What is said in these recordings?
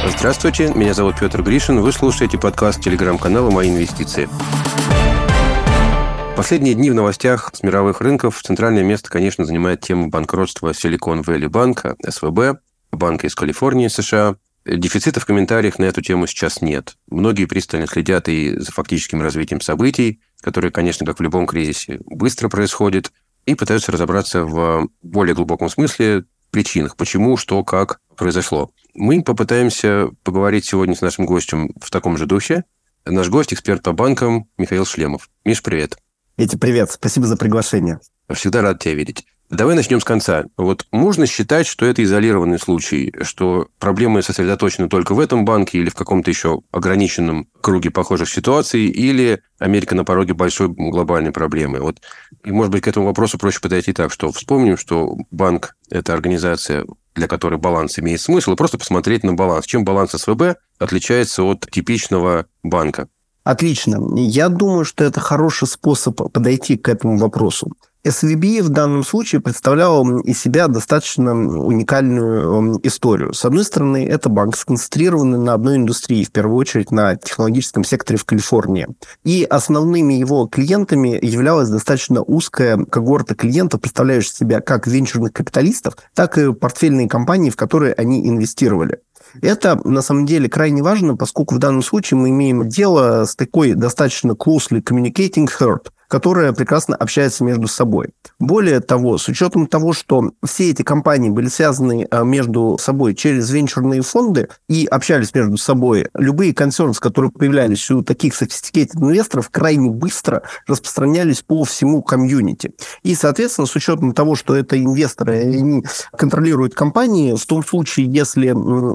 Здравствуйте, меня зовут Петр Гришин. Вы слушаете подкаст телеграм-канала «Мои инвестиции». Последние дни в новостях с мировых рынков центральное место, конечно, занимает тема банкротства Silicon Valley Bank, СВБ, банка из Калифорнии, США. Дефицита в комментариях на эту тему сейчас нет. Многие пристально следят и за фактическим развитием событий, которые, конечно, как в любом кризисе, быстро происходят, и пытаются разобраться в более глубоком смысле причинах, почему, что, как произошло. Мы попытаемся поговорить сегодня с нашим гостем в таком же духе. Наш гость – эксперт по банкам Михаил Шлемов. Миш, привет. Петя, привет. Спасибо за приглашение. Всегда рад тебя видеть. Давай начнем с конца. Вот можно считать, что это изолированный случай, что проблемы сосредоточены только в этом банке или в каком-то еще ограниченном круге похожих ситуаций, или Америка на пороге большой глобальной проблемы. Вот, и, может быть, к этому вопросу проще подойти так, что вспомним, что банк – это организация, для которой баланс имеет смысл, и просто посмотреть на баланс. Чем баланс СВБ отличается от типичного банка? Отлично. Я думаю, что это хороший способ подойти к этому вопросу. SVB в данном случае представлял из себя достаточно уникальную историю. С одной стороны, это банк, сконцентрированный на одной индустрии, в первую очередь на технологическом секторе в Калифорнии. И основными его клиентами являлась достаточно узкая когорта клиентов, представляющих себя как венчурных капиталистов, так и портфельные компании, в которые они инвестировали. Это, на самом деле, крайне важно, поскольку в данном случае мы имеем дело с такой достаточно closely communicating herd, которая прекрасно общается между собой. Более того, с учетом того, что все эти компании были связаны между собой через венчурные фонды и общались между собой, любые concerns, которые появлялись у таких sophisticated инвесторов, крайне быстро распространялись по всему комьюнити. И, соответственно, с учетом того, что это инвесторы, они контролируют компании, в том случае, если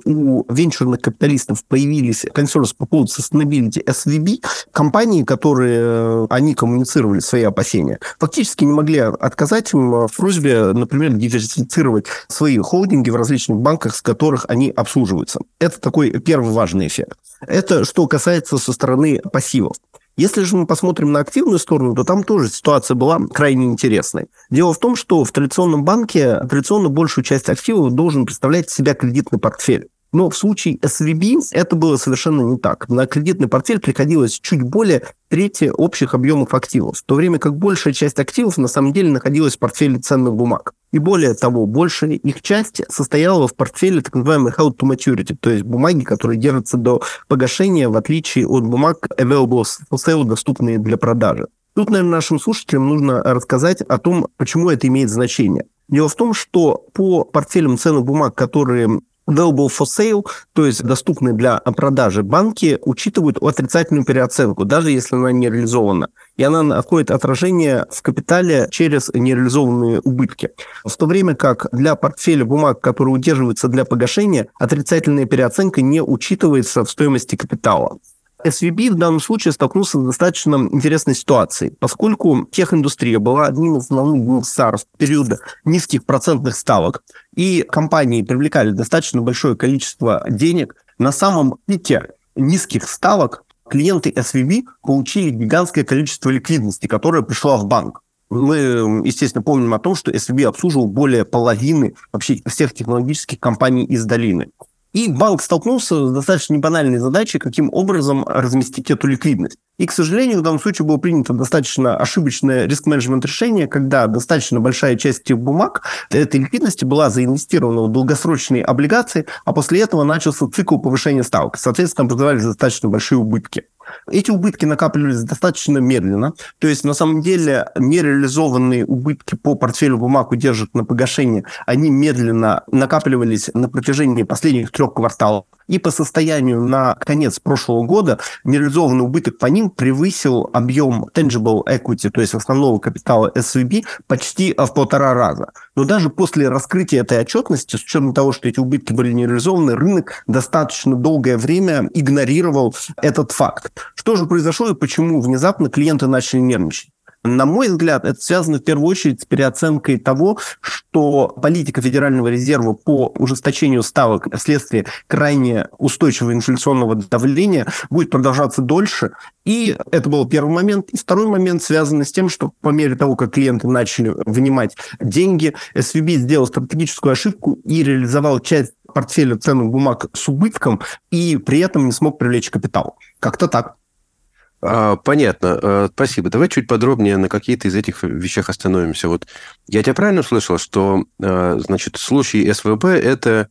у венчурных капиталистов появились concerns по поводу sustainability SVB, компании, которые они коммуницируют, свои опасения, фактически не могли отказать им в просьбе, например, диверсифицировать свои холдинги в различных банках, с которых они обслуживаются. Это такой первый важный эффект. Это что касается со стороны пассивов. Если же мы посмотрим на активную сторону, то там тоже ситуация была крайне интересной. Дело в том, что в традиционном банке традиционно большую часть активов должен представлять из себя кредитный портфель. Но в случае SVB это было совершенно не так. На кредитный портфель приходилось чуть более трети общих объемов активов, в то время как большая часть активов на самом деле находилась в портфеле ценных бумаг. И более того, большая их часть состояла в портфеле так называемой held to maturity, то есть бумаги, которые держатся до погашения, в отличие от бумаг available for sale, доступные для продажи. Тут, наверное, нашим слушателям нужно рассказать о том, почему это имеет значение. Дело в том, что по портфелям ценных бумаг, которые available for sale, то есть доступные для продажи, банки учитывают отрицательную переоценку, даже если она не реализована. И она находит отражение в капитале через нереализованные убытки. В то время как для портфеля бумаг, которые удерживаются для погашения, отрицательная переоценка не учитывается в стоимости капитала. SVB в данном случае столкнулся с достаточно интересной ситуацией, поскольку техиндустрия была одним из основных бенефициаров периода низких процентных ставок, и компании привлекали достаточно большое количество денег. На самом пике низких ставок клиенты SVB получили гигантское количество ликвидности, которая пришла в банк. Мы, естественно, помним о том, что SVB обслуживал более половины вообще всех технологических компаний из долины. И банк столкнулся с достаточно небанальной задачей, каким образом разместить эту ликвидность. И, к сожалению, в данном случае было принято достаточно ошибочное риск-менеджмент решение, когда достаточно большая часть этих бумаг этой ликвидности была заинвестирована в долгосрочные облигации, а после этого начался цикл повышения ставок. Соответственно, образовались достаточно большие убытки. Эти убытки накапливались достаточно медленно, то есть на самом деле нереализованные убытки по портфелю бумаг удержат на погашение, они медленно накапливались на протяжении последних 3 кварталов. И по состоянию на конец прошлого года нереализованный убыток по ним превысил объем tangible equity, то есть основного капитала SVB, почти в 1,5 раза. Но даже после раскрытия этой отчетности, с учетом того, что эти убытки были нереализованы, рынок достаточно долгое время игнорировал этот факт. Что же произошло и почему внезапно клиенты начали нервничать? На мой взгляд, это связано в первую очередь с переоценкой того, что политика Федерального резерва по ужесточению ставок вследствие крайне устойчивого инфляционного давления будет продолжаться дольше. И это был первый момент. И второй момент связан с тем, что по мере того, как клиенты начали вынимать деньги, SVB сделал стратегическую ошибку и реализовал часть портфеля ценных бумаг с убытком и при этом не смог привлечь капитал. Как-то так. Понятно. Спасибо. Давай чуть подробнее на какие-то из этих вещах остановимся. Вот я тебя правильно услышал, что, значит, случай СВБ – это,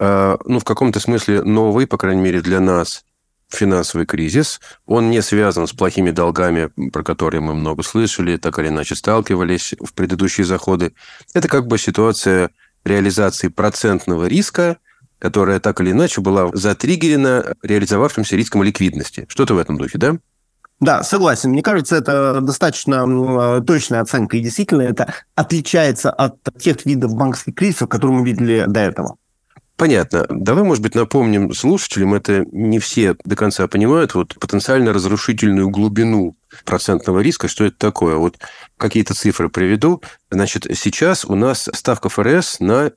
в каком-то смысле новый, по крайней мере, для нас финансовый кризис. Он не связан с плохими долгами, про которые мы много слышали, так или иначе сталкивались в предыдущие заходы. Это как бы ситуация реализации процентного риска, которая так или иначе была затриггерена реализовавшимся риском ликвидности. Что-то в этом духе, да? Да, согласен. Мне кажется, это достаточно точная оценка. И действительно, это отличается от тех видов банковских кризисов, которые мы видели до этого. Понятно. Давай, может быть, напомним слушателям, это не все до конца понимают, вот потенциально разрушительную глубину процентного риска, что это такое. Вот какие-то цифры приведу. Значит, сейчас у нас ставка ФРС на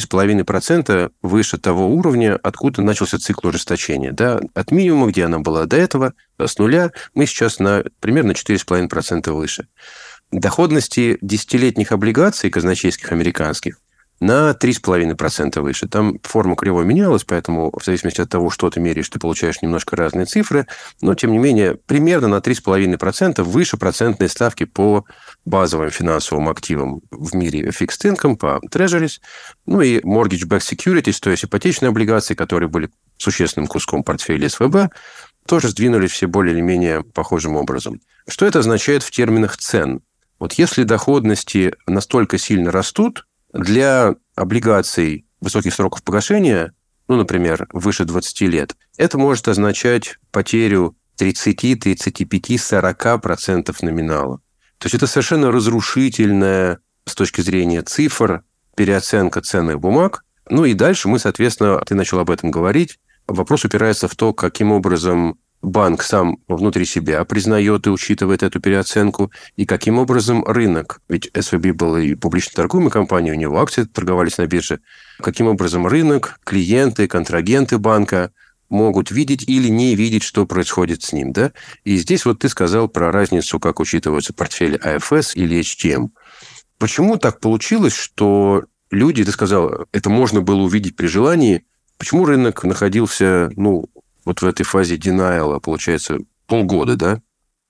4,5% выше того уровня, откуда начался цикл ужесточения. Да? От минимума, где она была до этого, с нуля, мы сейчас на примерно 4,5% выше. Доходности десятилетних облигаций казначейских американских на 3,5% выше. Там форма кривой менялась, поэтому в зависимости от того, что ты меряешь, ты получаешь немножко разные цифры, но, тем не менее, примерно на 3,5% выше процентной ставки по базовым финансовым активам в мире fixed income, по treasuries, и mortgage-backed securities, то есть ипотечные облигации, которые были существенным куском портфеля СВБ, тоже сдвинулись все более или менее похожим образом. Что это означает в терминах цен? Вот если доходности настолько сильно растут, для облигаций высоких сроков погашения, например, выше 20 лет, это может означать потерю 30, 35, 40% номинала. То есть это совершенно разрушительная с точки зрения цифр переоценка ценных бумаг. И дальше мы, соответственно, ты начал об этом говорить, вопрос упирается в то, каким образом банк сам внутри себя признает и учитывает эту переоценку, и каким образом рынок, ведь СВБ был и публично торгуемой компанией, у него акции торговались на бирже, каким образом рынок, клиенты, контрагенты банка могут видеть или не видеть, что происходит с ним. Да? И здесь вот ты сказал про разницу, как учитываются портфели АФС или HTM. Почему так получилось, что люди, ты сказал, это можно было увидеть при желании, почему рынок находился, вот в этой фазе denial, получается, полгода, да?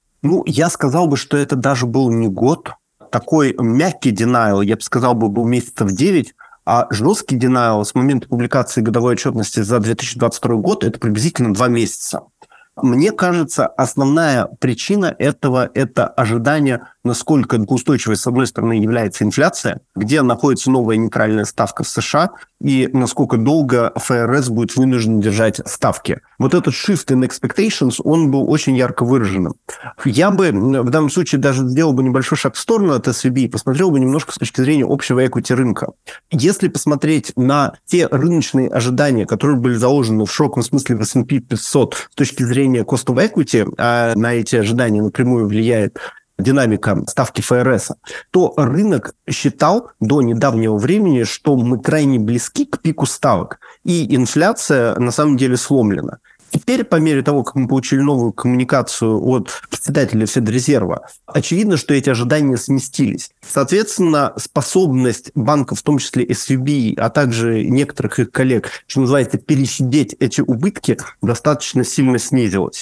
Я сказал бы, что это даже был не год. Такой мягкий denial, я бы сказал, был месяцев 9, а жесткий denial с момента публикации годовой отчетности за 2022 год – это приблизительно 2 месяца. Мне кажется, основная причина этого – это ожидание, насколько устойчивой, с одной стороны, является инфляция, где находится новая нейтральная ставка в США, и насколько долго ФРС будет вынужден держать ставки. Вот этот shift in expectations, он был очень ярко выраженным. Я бы в данном случае даже сделал бы небольшой шаг в сторону от SVB и посмотрел бы немножко с точки зрения общего equity рынка. Если посмотреть на те рыночные ожидания, которые были заложены в широком смысле в S&P 500 с точки зрения cost of equity, а на эти ожидания напрямую влияет динамика ставки ФРС, то рынок считал до недавнего времени, что мы крайне близки к пику ставок, и инфляция на самом деле сломлена. Теперь, по мере того, как мы получили новую коммуникацию от председателя Федрезерва, очевидно, что эти ожидания сместились. Соответственно, способность банков, в том числе SVB, а также некоторых их коллег, что называется, пересидеть эти убытки, достаточно сильно снизилась.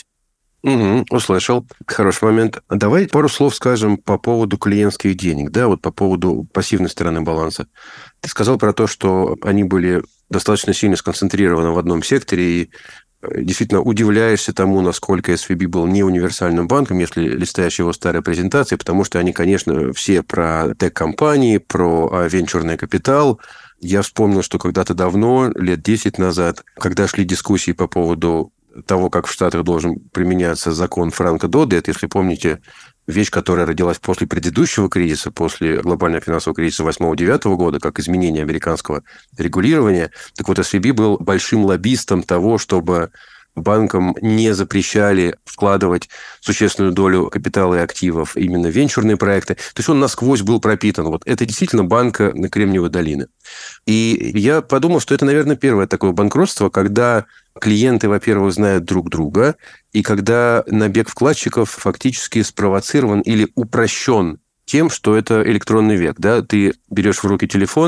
Услышал. Хороший момент. Давай пару слов скажем по поводу клиентских денег, да, вот по поводу пассивной стороны баланса. Ты сказал про то, что они были достаточно сильно сконцентрированы в одном секторе, и действительно удивляешься тому, насколько SVB был не универсальным банком, если листаешь его старые презентации, потому что они, конечно, все про тех-компании, про венчурный капитал. Я вспомнил, что когда-то давно, лет 10 назад, когда шли дискуссии по поводу того, как в Штатах должен применяться закон Франка Дода, это, если помните, вещь, которая родилась после предыдущего кризиса, после глобального финансового кризиса 8-9 года, как изменение американского регулирования. Так вот, SVB был большим лоббистом того, чтобы банкам не запрещали вкладывать существенную долю капитала и активов именно в венчурные проекты. То есть он насквозь был пропитан. Вот это действительно банк на Кремниевой долине. И я подумал, что это, наверное, первое такое банкротство, когда клиенты, во-первых, знают друг друга, и когда набег вкладчиков фактически спровоцирован или упрощен тем, что это электронный век. Да? Ты берешь в руки телефон,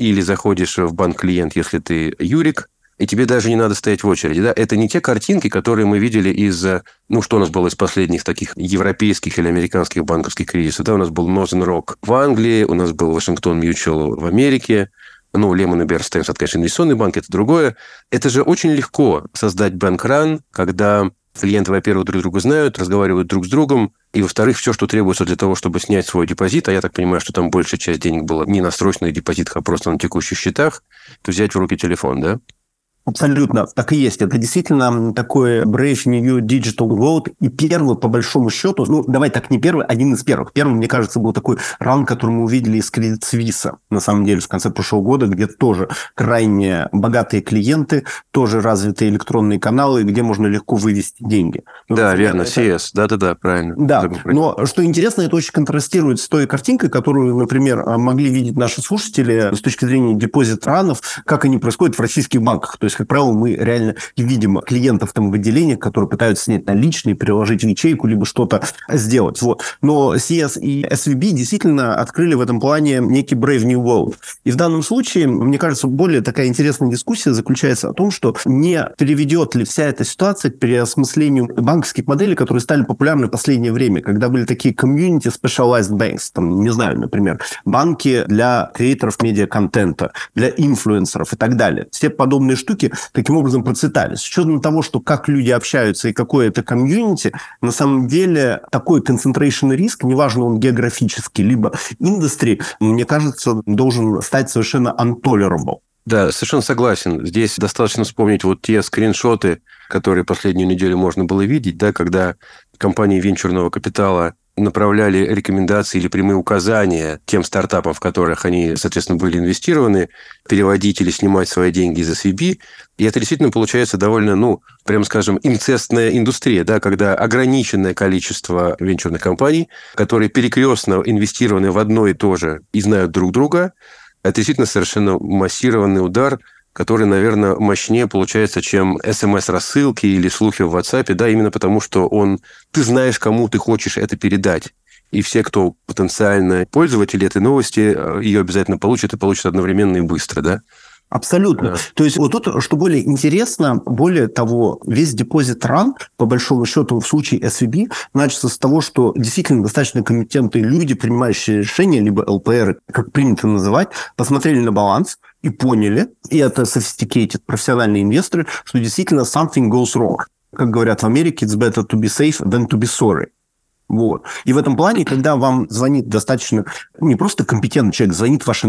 или заходишь в банк-клиент, если ты юрик, и тебе даже не надо стоять в очереди. Да? Это не те картинки, которые мы видели из, что у нас было из последних таких европейских или американских банковских кризисов. Да? У нас был Northern Rock в Англии, у нас был Washington Mutual в Америке, Lehman и Bear Stearns, это, конечно, инвестиционный банк, это другое. Это же очень легко создать банк-ран, когда клиенты, во-первых, друг друга знают, разговаривают друг с другом, и, во-вторых, все, что требуется для того, чтобы снять свой депозит, а я так понимаю, что там большая часть денег была не на срочных депозитах, а просто на текущих счетах, то взять в руки телефон, да? Абсолютно, так и есть. Это действительно такой Brave New Digital World. И первый, по большому счету, давай так, не первый, один из первых. Первым, мне кажется, был такой раунд, который мы увидели из Credit Suisse, на самом деле, в конце прошлого года, где тоже крайне богатые клиенты, тоже развитые электронные каналы, где можно легко вывести деньги. Да, верно, CS, да-да-да, правильно. Да, но что интересно, это очень контрастирует с той картинкой, которую, например, могли видеть наши слушатели с точки зрения депозит-ранов, как они происходят в российских банках. То есть, как правило, мы реально видим клиентов там в отделениях, которые пытаются снять наличные, переложить в ячейку, либо что-то сделать. Вот. Но CS и SVB действительно открыли в этом плане некий Brave New World. И в данном случае, мне кажется, более такая интересная дискуссия заключается о том, что не приведет ли вся эта ситуация к переосмыслению банковских моделей, которые стали популярны в последнее время, когда были такие community specialized banks, там, не знаю, например, банки для креаторов медиа-контента, для инфлюенсеров и так далее. Все подобные штуки таким образом процветали. С учетом того, что как люди общаются и какое это комьюнити, на самом деле такой concentration риск, неважно он географический, либо индустрии, мне кажется, должен стать совершенно untolerable. Да, совершенно согласен. Здесь достаточно вспомнить вот те скриншоты, которые последнюю неделю можно было видеть, да, когда компании венчурного капитала направляли рекомендации или прямые указания тем стартапам, в которых они, соответственно, были инвестированы, переводить или снимать свои деньги из SVB. И это действительно получается довольно, прям скажем, инцестная индустрия, да, когда ограниченное количество венчурных компаний, которые перекрестно инвестированы в одно и то же и знают друг друга, это действительно совершенно массированный удар, который, наверное, мощнее получается, чем СМС-рассылки или слухи в WhatsApp, да, именно потому, что ты знаешь, кому ты хочешь это передать. И все, кто потенциально пользователи этой новости, ее обязательно получат и получат одновременно и быстро, да? Абсолютно. Да. То есть вот тут, что более интересно, более того, весь депозит-ран, по большому счету, в случае SVB, начался с того, что действительно достаточно компетентные люди, принимающие решения, либо ЛПР, как принято называть, посмотрели на баланс и поняли, и это sophisticated профессиональные инвесторы, что действительно something goes wrong. Как говорят в Америке, it's better to be safe than to be sorry. Вот. И в этом плане, когда вам звонит достаточно, не просто компетентный человек, звонит ваш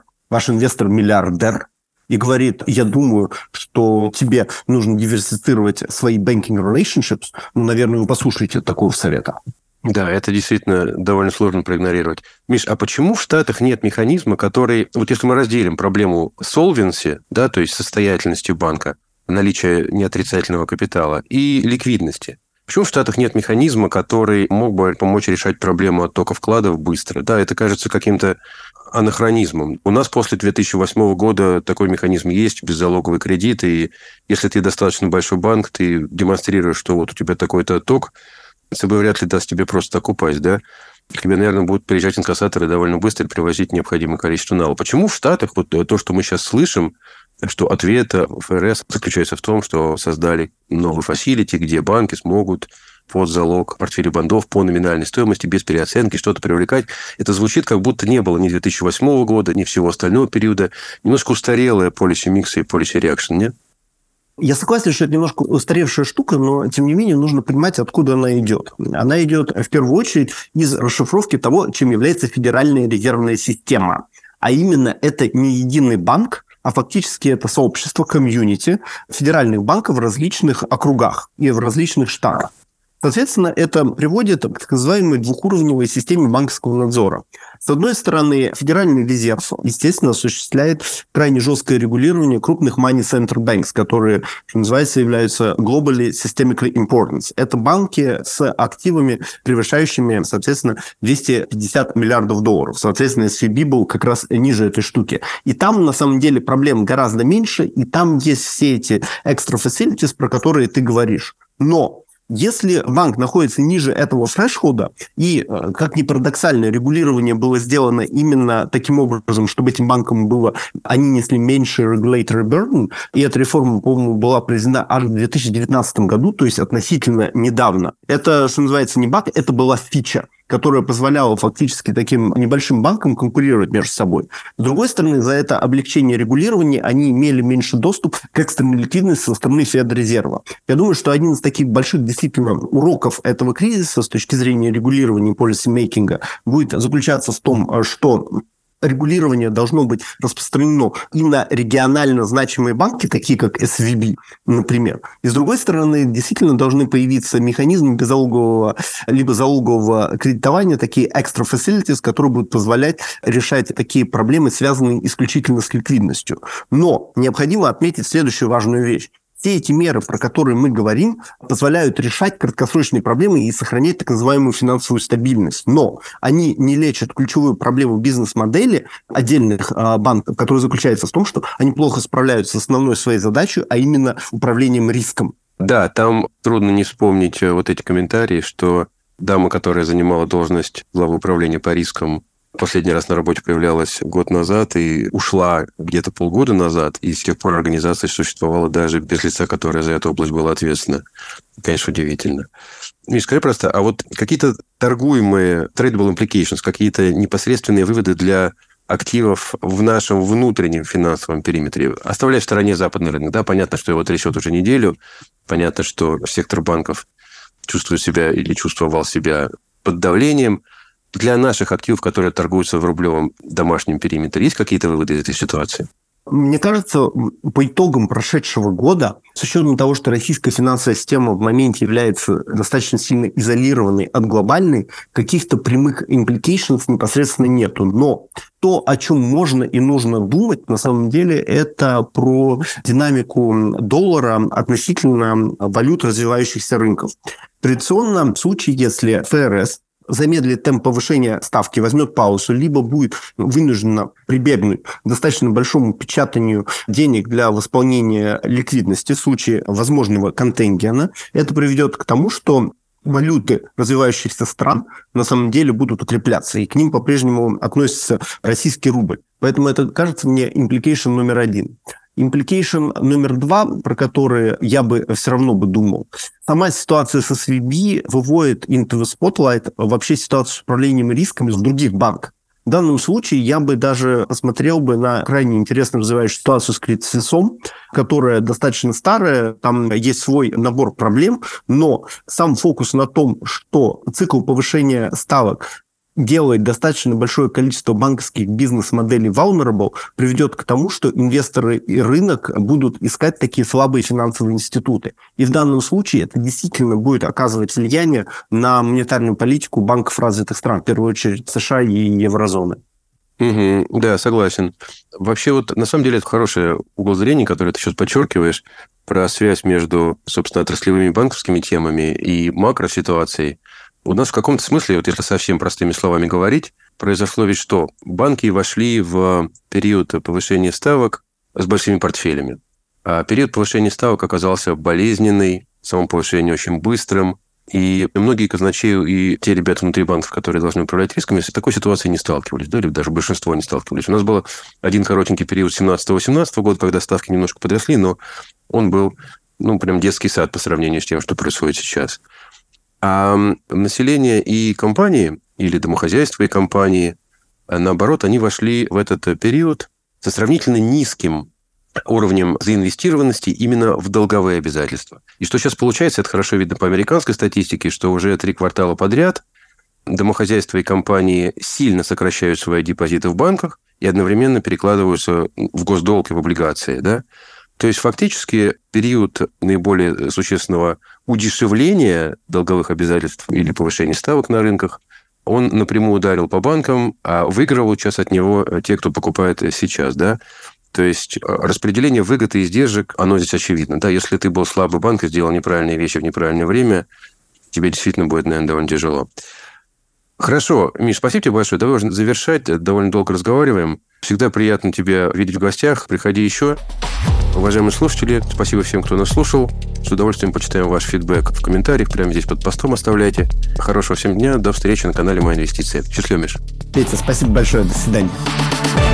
инвестор-миллиардер, и говорит, я думаю, что тебе нужно диверсифицировать свои banking relationships, наверное, вы послушаете такого совета. Да, это действительно довольно сложно проигнорировать. Миш, а почему в Штатах нет механизма, который... Вот если мы разделим проблему solvency, да, то есть состоятельности банка, наличия неотрицательного капитала, и ликвидности, почему в Штатах нет механизма, который мог бы помочь решать проблему оттока вкладов быстро? Да, это кажется каким-то анахронизмом. У нас после 2008 года такой механизм есть, беззалоговый кредит, и если ты достаточно большой банк, ты демонстрируешь, что вот у тебя такой-то отток, ЦБ вряд ли даст тебе просто так упасть, да? К тебе, наверное, будут приезжать инкассаторы довольно быстро и привозить необходимое количество налога. Почему в Штатах вот то, что мы сейчас слышим, что ответ ФРС заключается в том, что создали новый фасилити, где банки смогут под залог портфеля бандов по номинальной стоимости, без переоценки, что-то привлекать. Это звучит, как будто не было ни 2008 года, ни всего остального периода. Немножко устарелая policy mix и policy reaction, нет? Я согласен, что это немножко устаревшая штука, но, тем не менее, нужно понимать, откуда она идет. Она идет, в первую очередь, из расшифровки того, чем является Федеральная резервная система. А именно, это не единый банк, а фактически это сообщество, комьюнити федеральных банков в различных округах и в различных штатах. Соответственно, это приводит к так называемой двухуровневой системе банковского надзора. С одной стороны, Федеральный резерв, естественно, осуществляет крайне жесткое регулирование крупных money center banks, которые, что называется, являются globally systemically important. Это банки с активами, превышающими, соответственно, 250 миллиардов долларов. Соответственно, SVB был как раз ниже этой штуки. И там, на самом деле, проблем гораздо меньше, и там есть все эти extra facilities, про которые ты говоришь. Но Если банк находится ниже этого threshold, и, как ни парадоксально, регулирование было сделано именно таким образом, чтобы этим банкам было, они несли меньше regulatory burden, и эта реформа, по-моему, была проведена аж в 2019 году, то есть относительно недавно. Это, что называется, не баг, это была фича, которая позволяла фактически таким небольшим банкам конкурировать между собой. С другой стороны, за это облегчение регулирования они имели меньше доступ к экстренной ликвидности со стороны Федрезерва. Я думаю, что один из таких больших действительно уроков этого кризиса с точки зрения регулирования policy-мейкинга будет заключаться в том, что регулирование должно быть распространено и на регионально значимые банки, такие как SVB, например. И, с другой стороны, действительно должны появиться механизмы беззалогового либо залогового кредитования, такие extra facilities, которые будут позволять решать такие проблемы, связанные исключительно с ликвидностью. Но необходимо отметить следующую важную вещь. Все эти меры, про которые мы говорим, позволяют решать краткосрочные проблемы и сохранять так называемую финансовую стабильность. Но они не лечат ключевую проблему бизнес-модели отдельных банков, которая заключается в том, что они плохо справляются с основной своей задачей, а именно управлением риском. Да, там трудно не вспомнить вот эти комментарии, что дама, которая занимала должность главы управления по рискам, последний раз на работе появлялась год назад и ушла где-то полгода назад, и с тех пор организация существовала даже без лица, которое за эту область было ответственно. Конечно, удивительно. Миш, скажи просто, а вот какие-то торгуемые tradable implications, какие-то непосредственные выводы для активов в нашем внутреннем финансовом периметре, оставляя в стороне западный рынок, да, понятно, что его трясет уже неделю, понятно, что сектор банков чувствует себя или чувствовал себя под давлением. Для наших активов, которые торгуются в рублевом домашнем периметре, есть какие-то выводы из этой ситуации? Мне кажется, по итогам прошедшего года, с учетом того, что российская финансовая система в моменте является достаточно сильно изолированной от глобальной, каких-то прямых implications непосредственно нету. Но то, о чем можно и нужно думать, на самом деле, это про динамику доллара относительно валют развивающихся рынков. Традиционно в случае, если ФРС замедлит темп повышения ставки, возьмет паузу, либо будет вынуждена прибегнуть к достаточно большому печатанию денег для восполнения ликвидности в случае возможного контингента, это приведет к тому, что валюты развивающихся стран на самом деле будут укрепляться, и к ним по-прежнему относится российский рубль. Поэтому это кажется мне implication номер один. Implication номер два, про который я бы все равно бы думал. Сама ситуация со SVB выводит into the spotlight вообще ситуацию с управлением рисками с других банков. В данном случае я бы даже посмотрел бы на крайне интересно развивающую ситуацию с Credit Suisse, которая достаточно старая, там есть свой набор проблем, но сам фокус на том, что цикл повышения ставок делает достаточно большое количество банковских бизнес-моделей vulnerable, приведет к тому, что инвесторы и рынок будут искать такие слабые финансовые институты. И в данном случае это действительно будет оказывать влияние на монетарную политику банков развитых стран, в первую очередь США и еврозоны. Да, согласен. Вообще, вот на самом деле это хороший угол зрения, который ты сейчас подчеркиваешь, про связь между, собственно, отраслевыми банковскими темами и макроситуацией. У нас в каком-то смысле, вот если совсем простыми словами говорить, произошло ведь что? Банки вошли в период повышения ставок с большими портфелями. А период повышения ставок оказался болезненный, само повышение очень быстрым. И многие казначеи и те ребята внутри банков, которые должны управлять рисками, с такой ситуацией не сталкивались, да, или даже большинство не сталкивались. У нас был один коротенький период 17-18 года, когда ставки немножко подросли, но он был, прям детский сад по сравнению с тем, что происходит сейчас. А население и компании, или домохозяйства и компании, наоборот, они вошли в этот период со сравнительно низким уровнем заинвестированности именно в долговые обязательства. И что сейчас получается, это хорошо видно по американской статистике, что уже 3 квартала подряд домохозяйства и компании сильно сокращают свои депозиты в банках и одновременно перекладываются в госдолг и в облигации, да? То есть, фактически, период наиболее существенного удешевления долговых обязательств или повышения ставок на рынках, он напрямую ударил по банкам, а выигрывал сейчас от него те, кто покупает сейчас, да. То есть, распределение выгод и издержек, оно здесь очевидно, да. Если ты был слабый банк и сделал неправильные вещи в неправильное время, тебе действительно будет, наверное, довольно тяжело. Хорошо, Миш, спасибо тебе большое. Давай уже завершать, довольно долго разговариваем. Всегда приятно тебя видеть в гостях. Приходи еще. Уважаемые слушатели, спасибо всем, кто нас слушал. С удовольствием почитаем ваш фидбэк в комментариях. Прямо здесь под постом оставляйте. Хорошего всем дня. До встречи на канале «Мои инвестиции». Счастливо, Миш. Петя, спасибо большое. До свидания.